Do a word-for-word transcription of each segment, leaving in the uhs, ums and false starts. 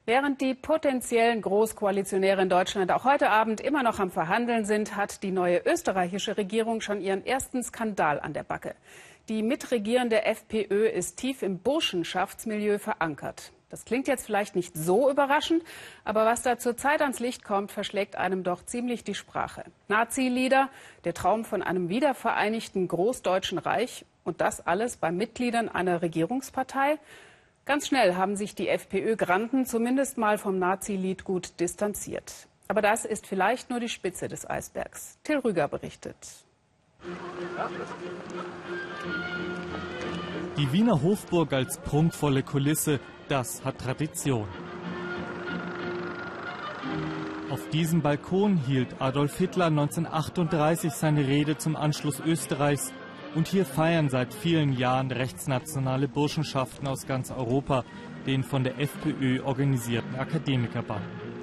Während die potenziellen Großkoalitionäre in Deutschland auch heute Abend immer noch am Verhandeln sind, hat die neue österreichische Regierung schon ihren ersten Skandal an der Backe. Die mitregierende FPÖ ist tief im Burschenschaftsmilieu verankert. Das klingt jetzt vielleicht nicht so überraschend, aber was da zurzeit ans Licht kommt, verschlägt einem doch ziemlich die Sprache. Nazi-Lieder, der Traum von einem wiedervereinigten Großdeutschen Reich und das alles bei Mitgliedern einer Regierungspartei? Ganz schnell haben sich die FPÖ-Granden zumindest mal vom Nazi-Lied gut distanziert. Aber das ist vielleicht nur die Spitze des Eisbergs. Till Rüger berichtet. Die Wiener Hofburg als prunkvolle Kulisse, das hat Tradition. Auf diesem Balkon hielt Adolf Hitler neunzehnhundertachtunddreißig seine Rede zum Anschluss Österreichs. Und hier feiern seit vielen Jahren rechtsnationale Burschenschaften aus ganz Europa den von der FPÖ organisierten Akademikerband.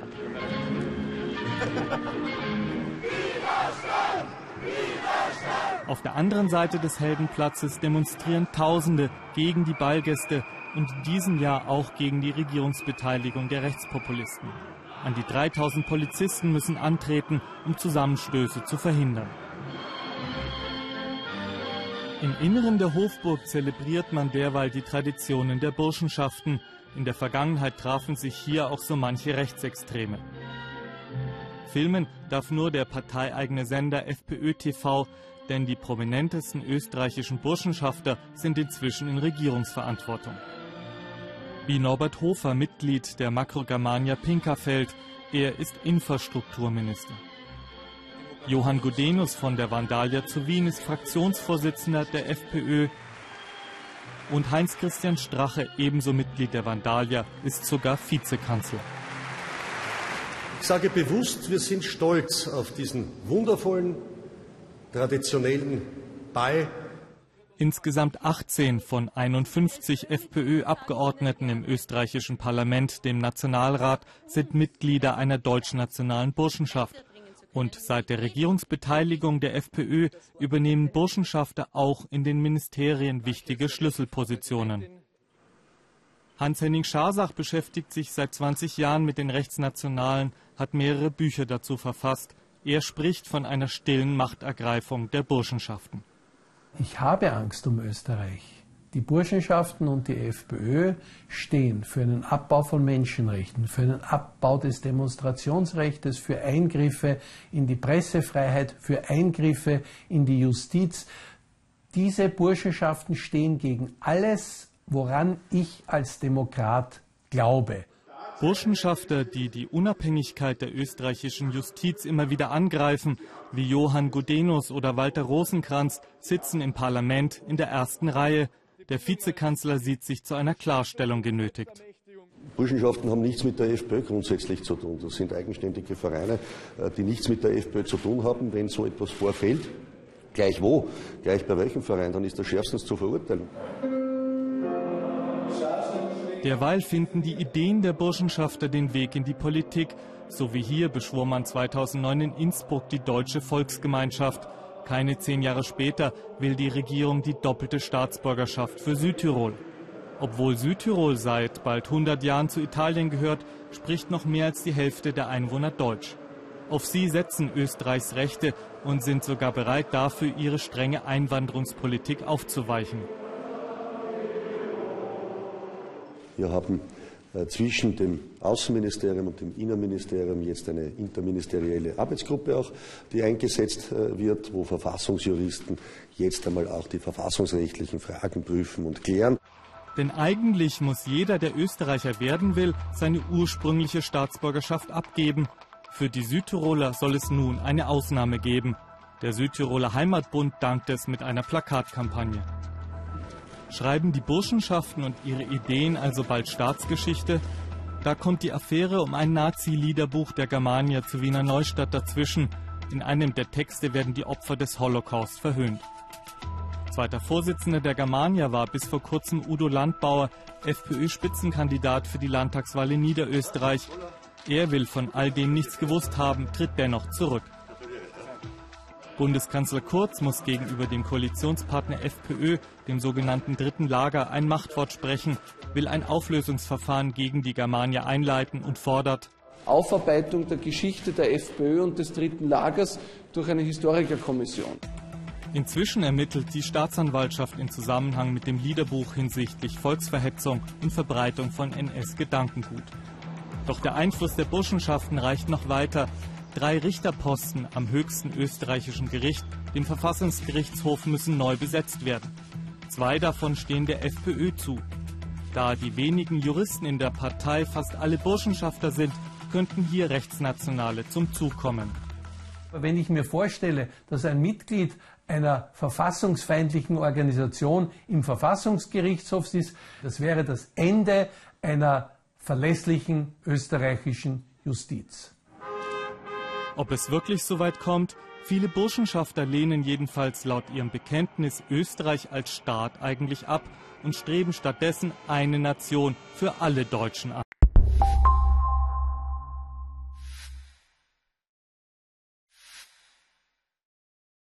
Auf der anderen Seite des Heldenplatzes demonstrieren Tausende gegen die Ballgäste und in diesem Jahr auch gegen die Regierungsbeteiligung der Rechtspopulisten. An die dreitausend Polizisten müssen antreten, um Zusammenstöße zu verhindern. Im Inneren der Hofburg zelebriert man derweil die Traditionen der Burschenschaften. In der Vergangenheit trafen sich hier auch so manche Rechtsextreme. Filmen darf nur der parteieigene Sender FPÖ T V, denn die prominentesten österreichischen Burschenschafter sind inzwischen in Regierungsverantwortung. Wie Norbert Hofer, Mitglied der Makrogermania Pinkerfeld, er ist Infrastrukturminister. Johann Gudenus von der Vandalia zu Wien ist Fraktionsvorsitzender der FPÖ und Heinz-Christian Strache, ebenso Mitglied der Vandalia, ist sogar Vizekanzler. Ich sage bewusst, wir sind stolz auf diesen wundervollen, traditionellen Ball. Insgesamt achtzehn von einundfünfzig FPÖ-Abgeordneten im österreichischen Parlament, dem Nationalrat, sind Mitglieder einer deutschnationalen Burschenschaft. Und seit der Regierungsbeteiligung der FPÖ übernehmen Burschenschafter auch in den Ministerien wichtige Schlüsselpositionen. Hans-Henning Scharsach beschäftigt sich seit zwanzig Jahren mit den Rechtsnationalen, hat mehrere Bücher dazu verfasst. Er spricht von einer stillen Machtergreifung der Burschenschaften. Ich habe Angst um Österreich. Die Burschenschaften und die FPÖ stehen für einen Abbau von Menschenrechten, für einen Abbau des Demonstrationsrechts, für Eingriffe in die Pressefreiheit, für Eingriffe in die Justiz. Diese Burschenschaften stehen gegen alles, woran ich als Demokrat glaube. Burschenschafter, die die Unabhängigkeit der österreichischen Justiz immer wieder angreifen, wie Johann Gudenus oder Walter Rosenkranz, sitzen im Parlament in der ersten Reihe. Der Vizekanzler sieht sich zu einer Klarstellung genötigt. Burschenschaften haben nichts mit der FPÖ grundsätzlich zu tun. Das sind eigenständige Vereine, die nichts mit der FPÖ zu tun haben. Wenn so etwas vorfällt, gleich wo, gleich bei welchem Verein, dann ist das schärfstens zu verurteilen. Derweil finden die Ideen der Burschenschafter den Weg in die Politik. So wie hier beschwor man zweitausendneun in Innsbruck die Deutsche Volksgemeinschaft. Keine zehn Jahre später will die Regierung die doppelte Staatsbürgerschaft für Südtirol. Obwohl Südtirol seit bald hundert Jahren zu Italien gehört, spricht noch mehr als die Hälfte der Einwohner Deutsch. Auf sie setzen Österreichs Rechte und sind sogar bereit dafür, ihre strenge Einwanderungspolitik aufzuweichen. Wir haben zwischen dem Außenministerium und dem Innenministerium jetzt eine interministerielle Arbeitsgruppe auch, die eingesetzt wird, wo Verfassungsjuristen jetzt einmal auch die verfassungsrechtlichen Fragen prüfen und klären. Denn eigentlich muss jeder, der Österreicher werden will, seine ursprüngliche Staatsbürgerschaft abgeben. Für die Südtiroler soll es nun eine Ausnahme geben. Der Südtiroler Heimatbund dankt es mit einer Plakatkampagne. Schreiben die Burschenschaften und ihre Ideen also bald Staatsgeschichte? Da kommt die Affäre um ein Nazi-Liederbuch der Germania zu Wiener Neustadt dazwischen. In einem der Texte werden die Opfer des Holocaust verhöhnt. Zweiter Vorsitzender der Germania war bis vor kurzem Udo Landbauer, FPÖ-Spitzenkandidat für die Landtagswahl in Niederösterreich. Er will von all dem nichts gewusst haben, tritt dennoch zurück. Bundeskanzler Kurz muss gegenüber dem Koalitionspartner FPÖ, dem sogenannten dritten Lager, ein Machtwort sprechen, will ein Auflösungsverfahren gegen die Germania einleiten und fordert Aufarbeitung der Geschichte der FPÖ und des dritten Lagers durch eine Historikerkommission. Inzwischen ermittelt die Staatsanwaltschaft in Zusammenhang mit dem Liederbuch hinsichtlich Volksverhetzung und Verbreitung von N S-Gedankengut. Doch der Einfluss der Burschenschaften reicht noch weiter. Drei Richterposten am höchsten österreichischen Gericht, dem Verfassungsgerichtshof, müssen neu besetzt werden. Zwei davon stehen der FPÖ zu. Da die wenigen Juristen in der Partei fast alle Burschenschafter sind, könnten hier Rechtsnationale zum Zug kommen. Wenn ich mir vorstelle, dass ein Mitglied einer verfassungsfeindlichen Organisation im Verfassungsgerichtshof ist, das wäre das Ende einer verlässlichen österreichischen Justiz. Ob es wirklich so weit kommt? Viele Burschenschafter lehnen jedenfalls laut ihrem Bekenntnis Österreich als Staat eigentlich ab und streben stattdessen eine Nation für alle Deutschen an.